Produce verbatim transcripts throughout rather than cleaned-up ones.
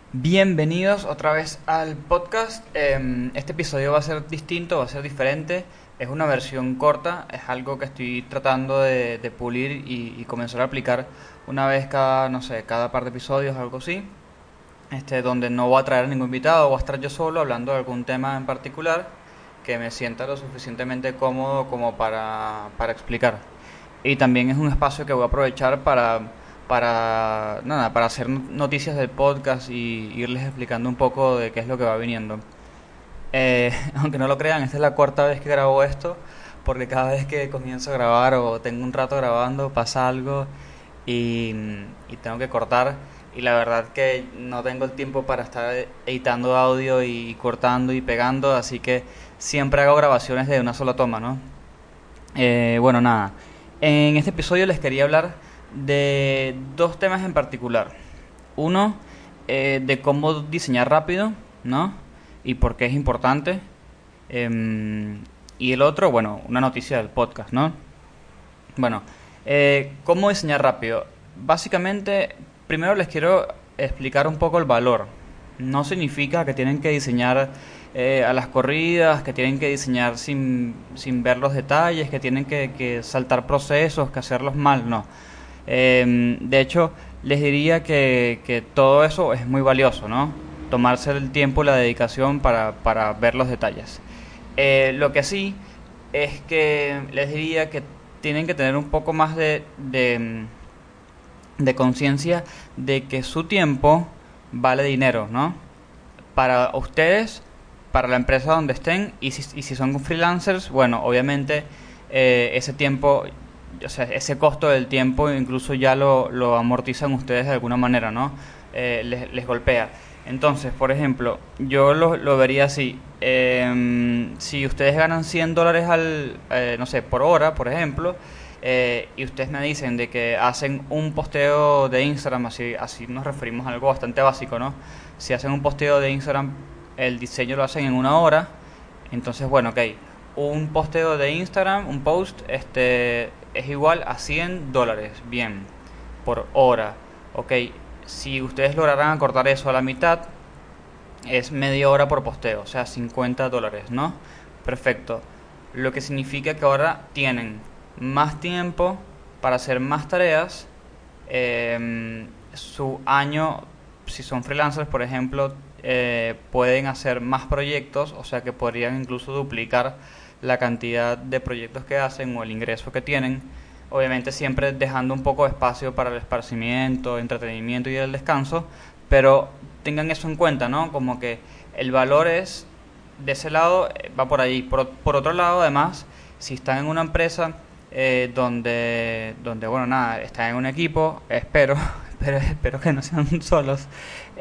Bienvenidos otra vez al podcast. Em, Este episodio va a ser distinto, va a ser diferente. Es una versión corta, es algo que estoy tratando de, de pulir y, y comenzar a aplicar una vez cada, no sé, cada par de episodios, algo así. Este, donde no voy a traer ningún invitado, voy a estar yo solo hablando de algún tema en particular que me sienta lo suficientemente cómodo como para, para explicar. Y también es un espacio que voy a aprovechar para, para, nada, para hacer noticias del podcast y irles explicando un poco de qué es lo que va viniendo. Eh, aunque no lo crean, esta es la cuarta vez que grabo esto, porque cada vez que comienzo a grabar o tengo un rato grabando pasa algo y, y tengo que cortar. Y la verdad que no tengo el tiempo para estar editando audio y cortando y pegando, así que siempre hago grabaciones de una sola toma, ¿no? Eh, bueno, nada. En este episodio les quería hablar de dos temas en particular. Uno, eh, de cómo diseñar rápido, ¿no? Y por qué es importante. Em, y el otro, bueno, una noticia del podcast, ¿no? Bueno, eh, ¿cómo diseñar rápido? Básicamente, primero les quiero explicar un poco el valor. No significa que tienen que diseñar eh, a las corridas, que tienen que diseñar sin, sin ver los detalles, que tienen que, que saltar procesos, que hacerlos mal, no. Eh, de hecho, les diría que, que todo eso es muy valioso, ¿no? Tomarse el tiempo y la dedicación para, para ver los detalles. Eh, lo que sí es que les diría que tienen que tener un poco más de, de, de conciencia de que su tiempo vale dinero, ¿no? Para ustedes, para la empresa donde estén, y si, y si son freelancers, bueno, obviamente eh, ese tiempo, o sea, ese costo del tiempo incluso ya lo, lo amortizan ustedes de alguna manera, ¿no? Eh, les, les golpea. Entonces, por ejemplo, yo lo, lo vería así. Eh, si ustedes ganan cien dólares al, eh, no sé, por hora, por ejemplo, eh, y ustedes me dicen de que hacen un posteo de Instagram, así, así nos referimos a algo bastante básico, ¿no? Si hacen un posteo de Instagram, el diseño lo hacen en una hora, entonces, bueno, ok, un posteo de Instagram, un post, este, es igual a cien dólares, bien, por hora, ok. Si ustedes lograran acortar eso a la mitad, es media hora por posteo, o sea, cincuenta dólares, ¿no? Perfecto. Lo que significa que ahora tienen más tiempo para hacer más tareas. eh, su año, si son freelancers, por ejemplo, eh, pueden hacer más proyectos, o sea que podrían incluso duplicar la cantidad de proyectos que hacen o el ingreso que tienen. Obviamente siempre dejando un poco de espacio para el esparcimiento, entretenimiento y el descanso, pero tengan eso en cuenta, ¿no? Como que el valor es, de ese lado, eh, va por ahí. Por, por otro lado, además, si están en una empresa eh, donde, donde, bueno, nada, están en un equipo, espero, pero espero que no sean solos,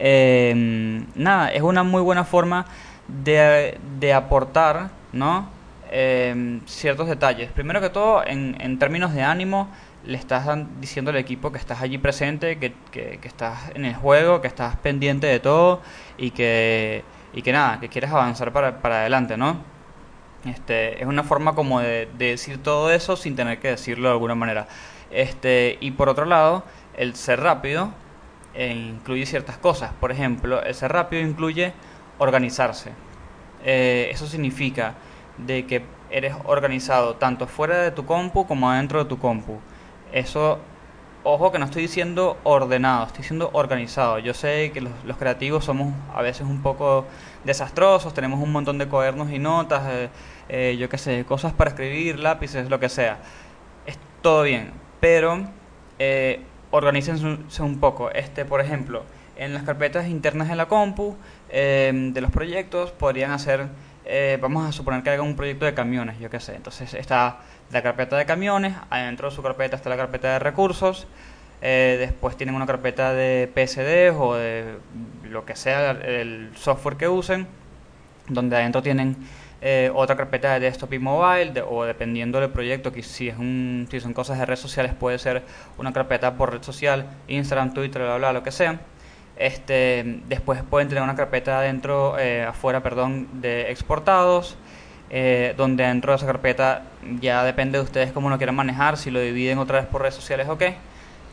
eh, nada, es una muy buena forma de, de aportar, ¿no? Eh, ciertos detalles. Primero que todo, en, en términos de ánimo, le estás diciendo al equipo que estás allí presente, que, que, que estás en el juego, que estás pendiente de todo y que, y que nada, que quieres avanzar para, para adelante, ¿no? Este, es una forma como de, de decir todo eso sin tener que decirlo de alguna manera. Este, y por otro lado, el ser rápido eh, incluye ciertas cosas. Por ejemplo, el ser rápido incluye organizarse. Eh, eso significa de que eres organizado tanto fuera de tu compu como adentro de tu compu. Eso, ojo que no estoy diciendo ordenado, estoy diciendo organizado. Yo sé que los, los creativos somos a veces un poco desastrosos, tenemos un montón de cuadernos y notas, eh, eh, yo qué sé, cosas para escribir, lápices, lo que sea. Es todo bien, pero eh, organícense un poco. Este, por ejemplo, en las carpetas internas de la compu, eh, de los proyectos, podrían hacer, eh, vamos a suponer que hagan un proyecto de camiones, yo qué sé. Entonces está la carpeta de camiones, adentro de su carpeta está la carpeta de recursos, eh, después tienen una carpeta de P S Ds o de lo que sea el software que usen, donde adentro tienen eh, otra carpeta de desktop y mobile, de, o dependiendo del proyecto, que si es un, si son cosas de redes sociales, puede ser una carpeta por red social, Instagram, Twitter, bla, bla, lo que sea. Este, después pueden tener una carpeta adentro, eh, afuera, perdón, de exportados, eh, donde dentro de esa carpeta ya depende de ustedes cómo lo quieran manejar, si lo dividen otra vez por redes sociales o qué.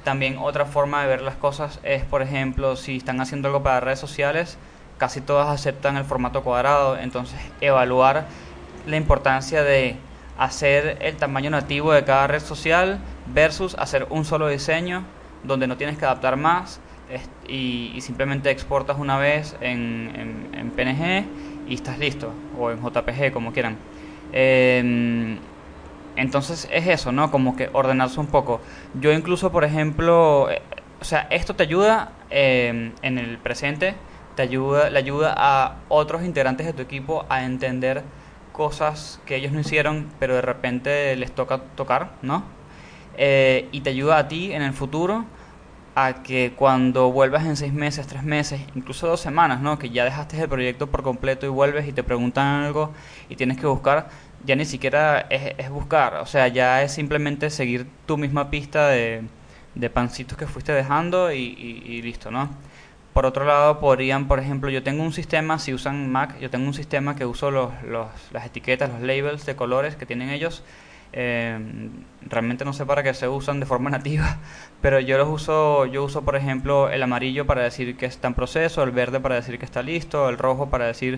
También otra forma de ver las cosas es, por ejemplo, si están haciendo algo para redes sociales, casi todas aceptan el formato cuadrado, entonces evaluar la importancia de hacer el tamaño nativo de cada red social versus hacer un solo diseño donde no tienes que adaptar más y, y simplemente exportas una vez en, en, en P N G y estás listo, o en J P G, como quieran. Eh, entonces es eso, ¿no? Como que ordenarse un poco. Yo incluso, por ejemplo, eh, o sea, esto te ayuda eh, en el presente, te ayuda, le ayuda a otros integrantes de tu equipo a entender cosas que ellos no hicieron, pero de repente les toca tocar, ¿no? Eh, y te ayuda a ti en el futuro a que cuando vuelvas en seis meses, tres meses, incluso dos semanas, ¿no? Que ya dejaste el proyecto por completo y vuelves y te preguntan algo y tienes que buscar, ya ni siquiera es, es buscar, o sea, ya es simplemente seguir tu misma pista de, de pancitos que fuiste dejando y, y, y listo, ¿no? Por otro lado, podrían, por ejemplo, yo tengo un sistema, si usan Mac, yo tengo un sistema que uso los, los, las etiquetas, los labels de colores que tienen ellos. Eh, realmente no sé para qué se usan de forma nativa, pero yo los uso, yo uso por ejemplo el amarillo para decir que está en proceso, el verde para decir que está listo, el rojo para decir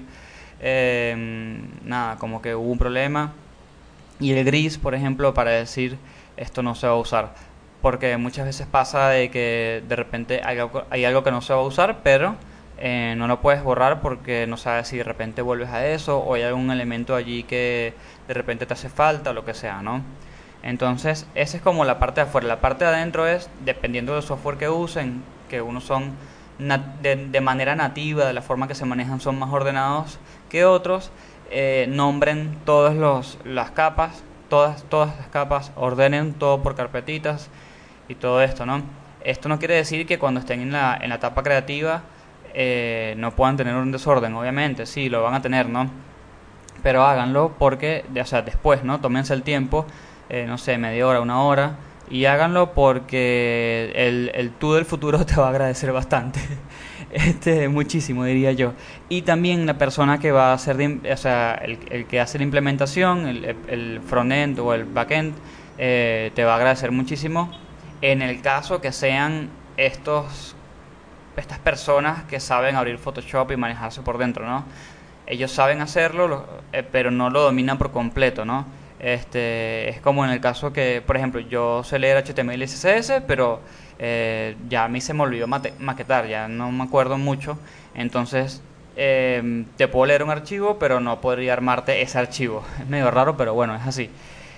eh, nada, como que hubo un problema, y el gris, por ejemplo, para decir esto no se va a usar, porque muchas veces pasa de que de repente hay algo, hay algo que no se va a usar, pero eh, no lo puedes borrar porque no sabes si de repente vuelves a eso o hay algún elemento allí que de repente te hace falta o lo que sea, ¿no? Entonces, esa es como la parte de afuera. La parte de adentro es, dependiendo del software que usen, que unos son de, de manera nativa, de la forma que se manejan, son más ordenados que otros, eh, nombren todas los, las capas, todas, todas las capas, ordenen todo por carpetitas y todo esto, ¿no? Esto no quiere decir que cuando estén en la, en la etapa creativa eh, no puedan tener un desorden, obviamente, sí, lo van a tener, ¿no? Pero háganlo porque, o sea, después, ¿no? Tómense el tiempo, eh, no sé, media hora, una hora, y háganlo porque el, el tú del futuro te va a agradecer bastante, este, muchísimo, diría yo. Y también la persona que va a hacer, de, o sea, el, el que hace la implementación, el, el front-end o el back-end, eh, te va a agradecer muchísimo en el caso que sean estos estas personas que saben abrir Photoshop y manejarse por dentro, ¿no? Ellos saben hacerlo, lo, eh, pero no lo dominan por completo, ¿no? Este, es como en el caso que, por ejemplo, yo sé leer H T M L y C S S, pero eh, ya a mí se me olvidó mate, maquetar, ya no me acuerdo mucho. Entonces, eh, te puedo leer un archivo, pero no podría armarte ese archivo. Es medio raro, pero bueno, es así.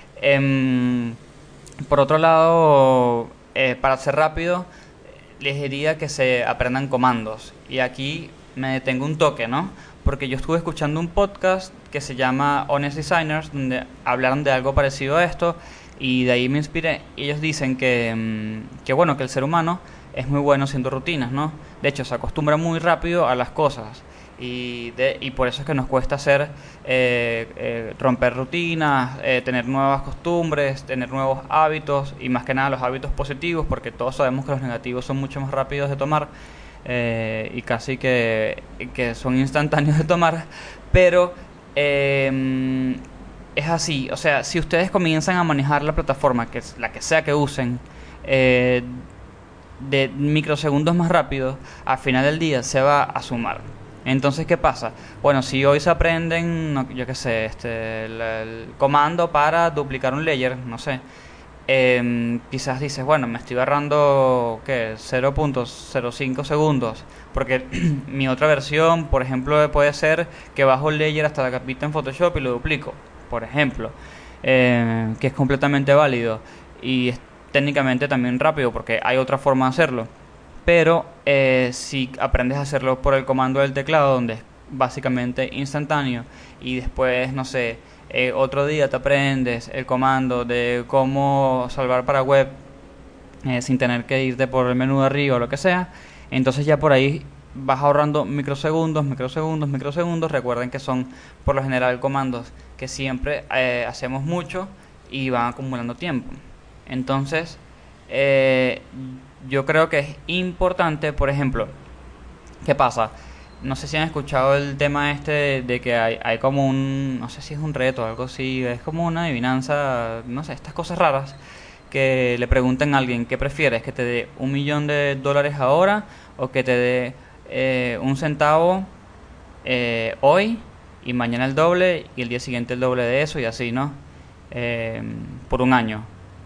Eh, por otro lado, eh, para ser rápido, les diría que se aprendan comandos. Y aquí me detengo un toque, ¿no? Porque yo estuve escuchando un podcast que se llama Honest Designers, donde hablaron de algo parecido a esto, y de ahí me inspiré. Ellos dicen que, que bueno, que el ser humano es muy bueno haciendo rutinas, ¿no? De hecho, se acostumbra muy rápido a las cosas. Y, de, y por eso es que nos cuesta hacer eh, eh, romper rutinas, eh, tener nuevas costumbres, tener nuevos hábitos, y más que nada los hábitos positivos, porque todos sabemos que los negativos son mucho más rápidos de tomar eh, y casi que, que son instantáneos de tomar, pero eh, es así. O sea, si ustedes comienzan a manejar la plataforma, que es la que sea que usen, eh, de microsegundos más rápido, al final del día se va a sumar. Entonces, ¿qué pasa? Bueno, si hoy se aprenden, no, yo qué sé, este, el, el comando para duplicar un layer, no sé, eh, quizás dices, bueno, me estoy ahorrando, ¿qué? cero punto cero cinco segundos, porque mi otra versión, por ejemplo, puede ser que bajo el layer hasta la capita en Photoshop y lo duplico, por ejemplo, eh, que es completamente válido y es técnicamente también rápido, porque hay otra forma de hacerlo. Pero eh, si aprendes a hacerlo por el comando del teclado, donde es básicamente instantáneo, y después, no sé, eh, otro día te aprendes el comando de cómo salvar para web eh, sin tener que irte por el menú de arriba o lo que sea, entonces ya por ahí vas ahorrando microsegundos, microsegundos, microsegundos. Recuerden que son por lo general comandos que siempre eh, hacemos mucho y van acumulando tiempo. Entonces, eh, yo creo que es importante, por ejemplo, ¿qué pasa? No sé si han escuchado el tema este de, de que hay, hay como un, no sé si es un reto o algo así, es como una adivinanza, no sé, estas cosas raras, que le pregunten a alguien, ¿qué prefieres? ¿Que te dé un millón de dólares ahora o que te dé eh, un centavo eh, hoy y mañana el doble y el día siguiente el doble de eso y así, ¿no? Eh, por un año.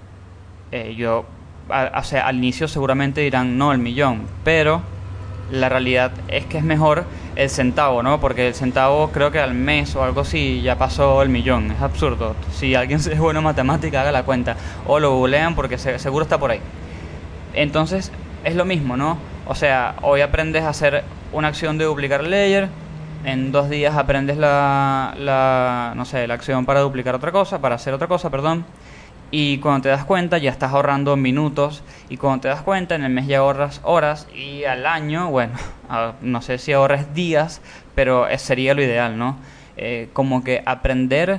Eh, yo, a, o sea, al inicio seguramente dirán no el millón, pero la realidad es que es mejor el centavo, ¿no? Porque el centavo creo que al mes o algo así ya pasó el millón. Es absurdo. Si alguien es bueno en matemática, haga la cuenta. O lo googlean porque se, seguro está por ahí. Entonces, es lo mismo, ¿no? O sea, hoy aprendes a hacer una acción de duplicar layer. En dos días aprendes la, la, no sé, la acción para duplicar otra cosa, para hacer otra cosa, perdón. Y cuando te das cuenta ya estás ahorrando minutos y cuando te das cuenta en el mes ya ahorras horas y al año, bueno, no sé si ahorras días, pero sería lo ideal, ¿no? Eh, como que aprender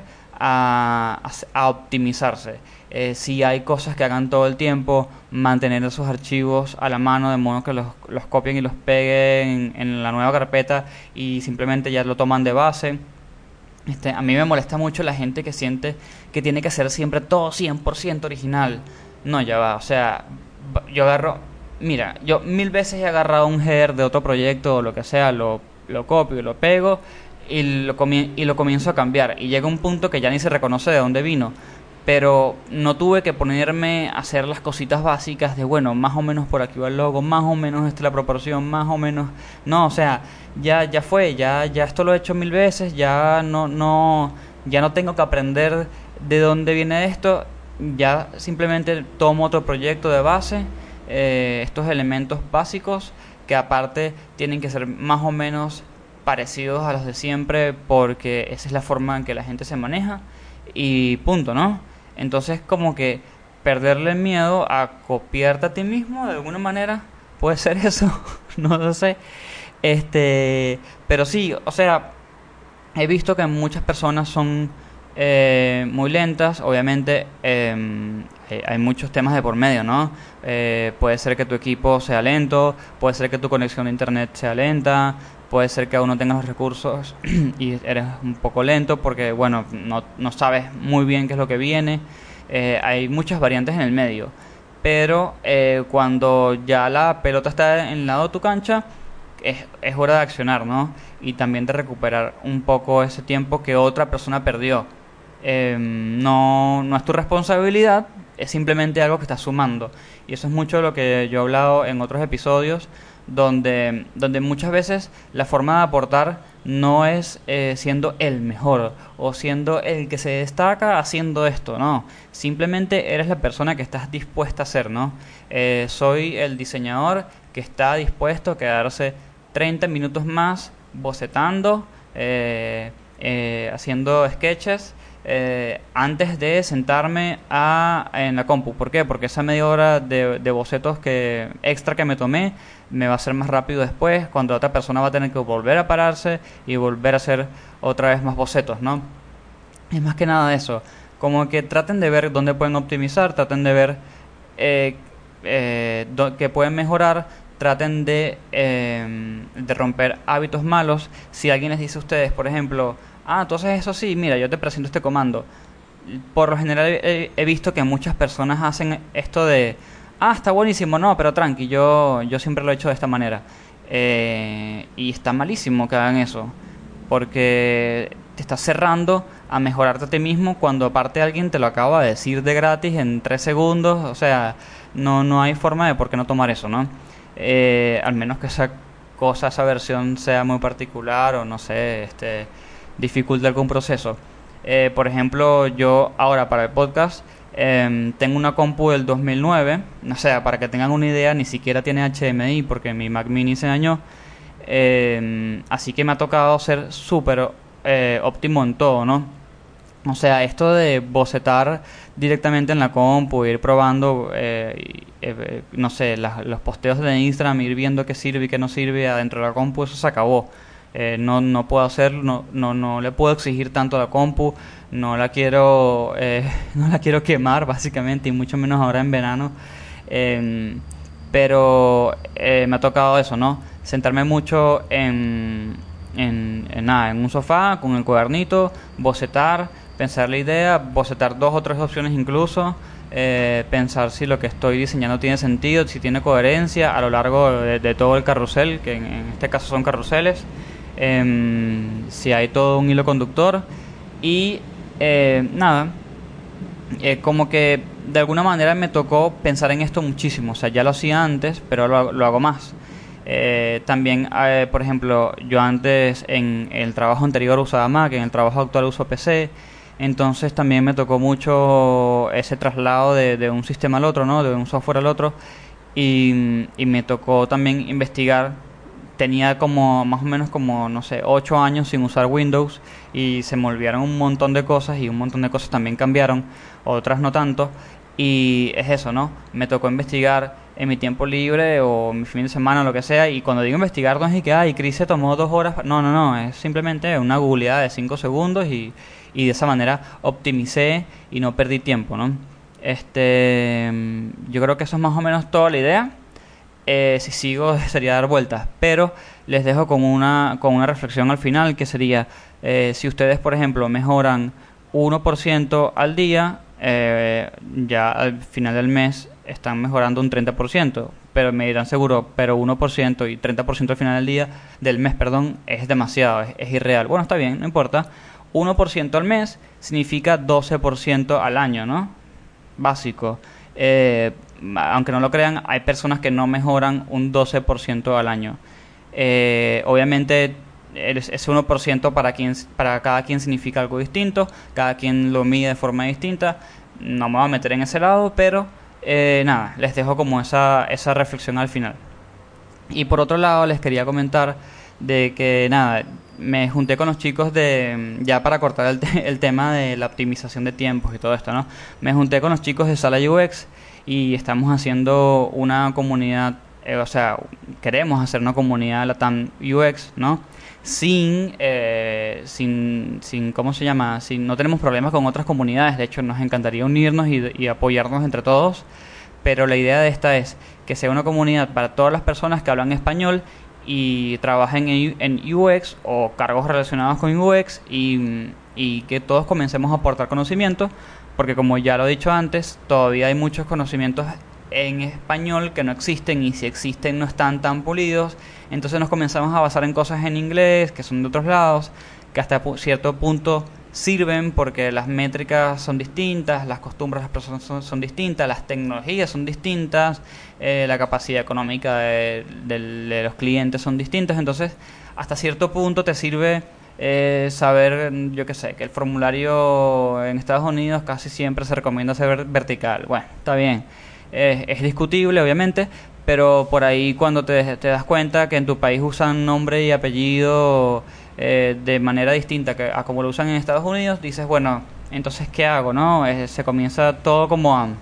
a, a optimizarse. Eh, si hay cosas que hagan todo el tiempo, mantener esos archivos a la mano de modo que los, los copien y los peguen en, en la nueva carpeta y simplemente ya lo toman de base. Este, a mí me molesta mucho la gente que siente que tiene que ser siempre todo cien por ciento original. No, ya va, o sea, yo agarro, mira, yo mil veces he agarrado un header de otro proyecto o lo que sea, lo, lo copio, lo pego y lo, comien- y lo comienzo a cambiar. Y llega un punto que ya ni se reconoce de dónde vino. Pero no tuve que ponerme a hacer las cositas básicas de, bueno, más o menos por aquí va el logo, más o menos esta es la proporción, más o menos... No, o sea, ya ya fue, ya ya esto lo he hecho mil veces, ya no no ya no tengo que aprender de dónde viene esto, ya simplemente tomo otro proyecto de base, eh, estos elementos básicos que aparte tienen que ser más o menos parecidos a los de siempre porque esa es la forma en que la gente se maneja y punto, ¿no? Entonces como que perderle el miedo a copiarte a ti mismo de alguna manera, puede ser eso, no lo sé. Este, pero sí, o sea, he visto que muchas personas son eh, muy lentas, obviamente eh, hay hay muchos temas de por medio, ¿no? Eh, puede ser que tu equipo sea lento, puede ser que tu conexión a internet sea lenta, puede ser que aún no tengas los recursos y eres un poco lento porque, bueno, no, no sabes muy bien qué es lo que viene. Eh, hay muchas variantes en el medio, pero eh, cuando ya la pelota está en el lado de tu cancha, es, es hora de accionar, ¿no? Y también de recuperar un poco ese tiempo que otra persona perdió. Eh, no, no es tu responsabilidad, es simplemente algo que estás sumando. Y eso es mucho de lo que yo he hablado en otros episodios, donde, donde muchas veces la forma de aportar no es eh, siendo el mejor o siendo el que se destaca haciendo esto, no. Simplemente eres la persona que estás dispuesta a ser, ¿no? Eh, soy el diseñador que está dispuesto a quedarse treinta minutos más bocetando, eh, eh, haciendo sketches, eh, antes de sentarme a, en la compu. ¿Por qué? Porque esa media hora de, de bocetos que extra que me tomé me va a ser más rápido después, cuando otra persona va a tener que volver a pararse y volver a hacer otra vez más bocetos, ¿no? Es más que nada eso. Como que traten de ver dónde pueden optimizar, traten de ver eh, eh, do- que pueden mejorar, traten de, eh, de romper hábitos malos. Si alguien les dice a ustedes, por ejemplo, ah, entonces eso sí, mira, yo te presento este comando. Por lo general he, he visto que muchas personas hacen esto de, ah, está buenísimo, no, pero tranqui, yo, yo siempre lo he hecho de esta manera. Eh, y está malísimo que hagan eso, porque te estás cerrando a mejorarte a ti mismo cuando aparte alguien te lo acaba de decir de gratis en tres segundos. O sea, no, no hay forma de por qué no tomar eso, ¿no? Eh, al menos que esa cosa, esa versión sea muy particular o no sé, este, dificulte algún proceso. Eh, por ejemplo, yo ahora para el podcast eh, tengo una compu del dos mil nueve, o sea, para que tengan una idea, ni siquiera tiene H D M I porque mi Mac Mini se dañó. Eh, así que me ha tocado ser súper eh, óptimo en todo, ¿no? O sea, esto de bocetar directamente en la compu, ir probando, eh, y, eh, no sé, las- los posteos de Instagram, ir viendo qué sirve y qué no sirve adentro de la compu, eso se acabó. Eh, no, no puedo hacerlo, no, no, no le puedo exigir tanto a la compu, no la quiero, eh, no la quiero quemar básicamente, y mucho menos ahora en verano. Em, pero eh, me ha tocado eso, ¿no? Sentarme mucho en, en, en nada, en un sofá con el cuadernito, bocetar, pensar la idea, bocetar dos o tres opciones incluso, eh, pensar si lo que estoy diseñando tiene sentido, si tiene coherencia a lo largo de, de todo el carrusel, que en, en este caso son carruseles, eh, si hay todo un hilo conductor y eh, nada, eh, como que de alguna manera me tocó pensar en esto muchísimo, o sea, ya lo hacía antes, pero lo, lo hago más. Eh, también, eh, por ejemplo, yo antes en el trabajo anterior usaba Mac, en el trabajo actual uso P C, entonces también me tocó mucho ese traslado de, de un sistema al otro, ¿no? De un software al otro, y, y me tocó también investigar. Tenía como más o menos como, no sé, ocho años sin usar Windows y se me olvidaron un montón de cosas y un montón de cosas también cambiaron, otras no tanto. Y es eso, ¿no? Me tocó investigar en mi tiempo libre o mi fin de semana o lo que sea. Y cuando digo investigar no es que, ay, Chris se tomó dos horas. No, no, no. Es simplemente una googleada de cinco segundos y, y de esa manera optimicé y no perdí tiempo, ¿no? Este, yo creo que eso es más o menos toda la idea. Eh, si sigo sería dar vueltas, pero les dejo con una, con una reflexión al final que sería, eh, si ustedes por ejemplo mejoran uno por ciento al día, eh, ya al final del mes están mejorando un treinta por ciento, pero me dirán seguro, pero uno por ciento y treinta por ciento al final del día, del mes, perdón, es demasiado, es, es irreal. Bueno, está bien, no importa. uno por ciento al mes significa doce por ciento al año, ¿no? Básico. Eh, aunque no lo crean, hay personas que no mejoran un doce por ciento al año. Eh, obviamente ese uno por ciento para, quien, para cada quien significa algo distinto, cada quien lo mide de forma distinta, no me voy a meter en ese lado, pero eh, nada, les dejo como esa, esa reflexión al final. Y por otro lado les quería comentar de que nada, me junté con los chicos de, ya para cortar el, te, el tema de la optimización de tiempos y todo esto, ¿no? Me junté con los chicos de Sala U X y estamos haciendo una comunidad, eh, o sea, queremos hacer una comunidad Latam U X, ¿no? Sin, eh, sin, sin, ¿cómo se llama? Sin, no tenemos problemas con otras comunidades, de hecho nos encantaría unirnos y, y apoyarnos entre todos, pero la idea de esta es que sea una comunidad para todas las personas que hablan español y trabajen en, en U X o cargos relacionados con U X y, y que todos comencemos a aportar conocimiento, porque como ya lo he dicho antes, todavía hay muchos conocimientos en español que no existen y si existen no están tan pulidos, entonces nos comenzamos a basar en cosas en inglés que son de otros lados, que hasta cierto punto sirven porque las métricas son distintas, las costumbres de las personas son, son distintas, las tecnologías son distintas, eh, la capacidad económica de, de, de los clientes son distintas, entonces hasta cierto punto te sirve eh, saber, yo qué sé, que el formulario en Estados Unidos casi siempre se recomienda hacer vertical. Bueno, está bien, eh, es discutible obviamente, pero por ahí cuando te, te das cuenta que en tu país usan nombre y apellido eh, de manera distinta que a como lo usan en Estados Unidos, dices, bueno, entonces ¿qué hago? ¿No? Eh, se comienza todo como a,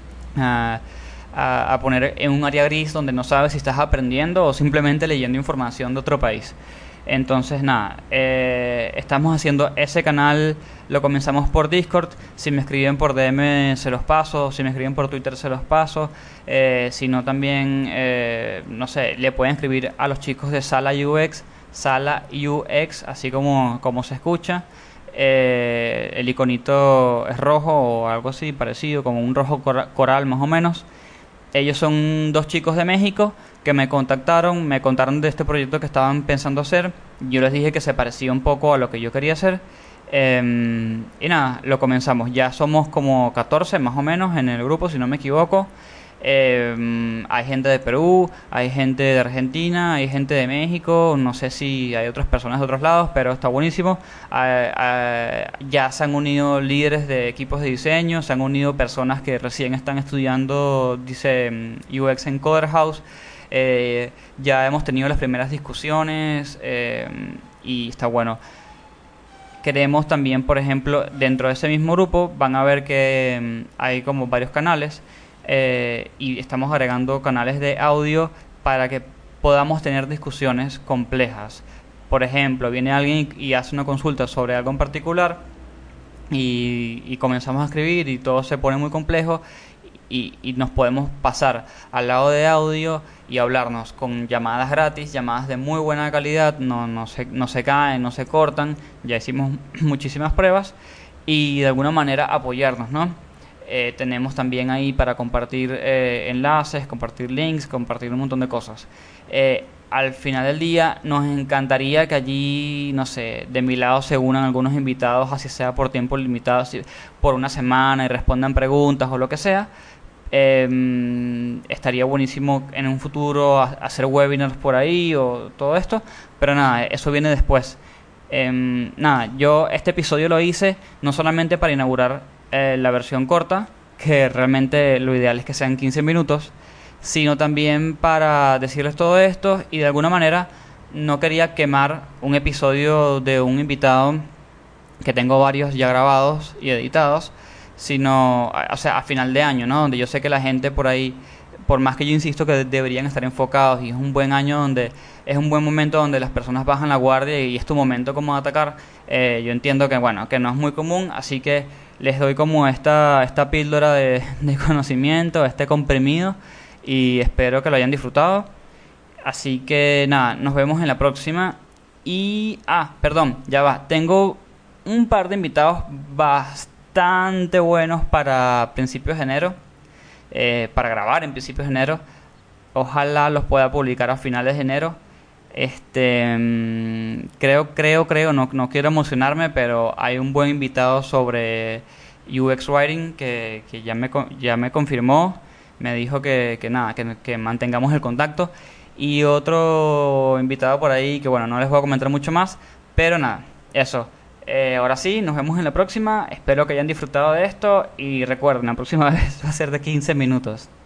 a, a, a poner en un área gris donde no sabes si estás aprendiendo o simplemente leyendo información de otro país. Entonces nada, eh, estamos haciendo ese canal, lo comenzamos por Discord. Si me escriben por D M se los paso, si me escriben por Twitter se los paso, eh, si no también, eh, no sé, le pueden escribir a los chicos de Sala U X, Sala U X, así como, como se escucha. Eh, el iconito es rojo o algo así parecido, como un rojo cora- coral más o menos. Ellos son dos chicos de México que me contactaron, me contaron de este proyecto que estaban pensando hacer. Yo les dije que se parecía un poco a lo que yo quería hacer. Eh, y nada, lo comenzamos. Ya somos como catorce más o menos en el grupo, si no me equivoco. Eh, hay gente de Perú, hay gente de Argentina, hay gente de México, no sé si hay otras personas de otros lados, pero está buenísimo. Eh, eh, ya se han unido líderes de equipos de diseño, se han unido personas que recién están estudiando, dice U X en Coder House. Eh, ya hemos tenido las primeras discusiones eh, y está bueno. Queremos también, por ejemplo, dentro de ese mismo grupo van a ver que mm, hay como varios canales eh, y estamos agregando canales de audio para que podamos tener discusiones complejas. Por ejemplo, viene alguien y hace una consulta sobre algo en particular y, y comenzamos a escribir y todo se pone muy complejo y, y nos podemos pasar al lado de audio y hablarnos con llamadas gratis, llamadas de muy buena calidad, no, no, se, no se caen, no se cortan, ya hicimos muchísimas pruebas y de alguna manera apoyarnos, ¿no? Eh, tenemos también ahí para compartir eh, enlaces, compartir links, compartir un montón de cosas. Eh, al final del día nos encantaría que allí, no sé, de mi lado se unan algunos invitados, así sea por tiempo limitado, así, por una semana y respondan preguntas o lo que sea. Eh, estaría buenísimo en un futuro ha- hacer webinars por ahí o todo esto, pero nada, eso viene después. Eh, nada, yo este episodio lo hice no solamente para inaugurar eh, la versión corta, que realmente lo ideal es que sean quince minutos, sino también para decirles todo esto y de alguna manera no quería quemar un episodio de un invitado que tengo varios ya grabados y editados, sino, a- o sea, a final de año, ¿no? Donde yo sé que la gente por ahí, por más que yo insisto que deberían estar enfocados y es un buen año donde es un buen momento donde las personas bajan la guardia y es tu momento como de atacar, eh, yo entiendo que, bueno, que no es muy común, así que les doy como esta, esta píldora de, de conocimiento, este comprimido y espero que lo hayan disfrutado. Así que nada, nos vemos en la próxima. Y, ah, perdón, ya va. Tengo un par de invitados bastante buenos para principios de enero, eh, para grabar en principios de enero. Ojalá los pueda publicar a finales de enero. Este, mm, creo, creo, creo, no, no quiero emocionarme, pero hay un buen invitado sobre U X Writing que, que ya me, co- ya me confirmó, me dijo que, que nada, que, que mantengamos el contacto. Y otro invitado por ahí que bueno, no les voy a comentar mucho más, pero nada, eso. Eh, ahora sí, nos vemos en la próxima. Espero que hayan disfrutado de esto y recuerden, la próxima vez va a ser de quince minutos.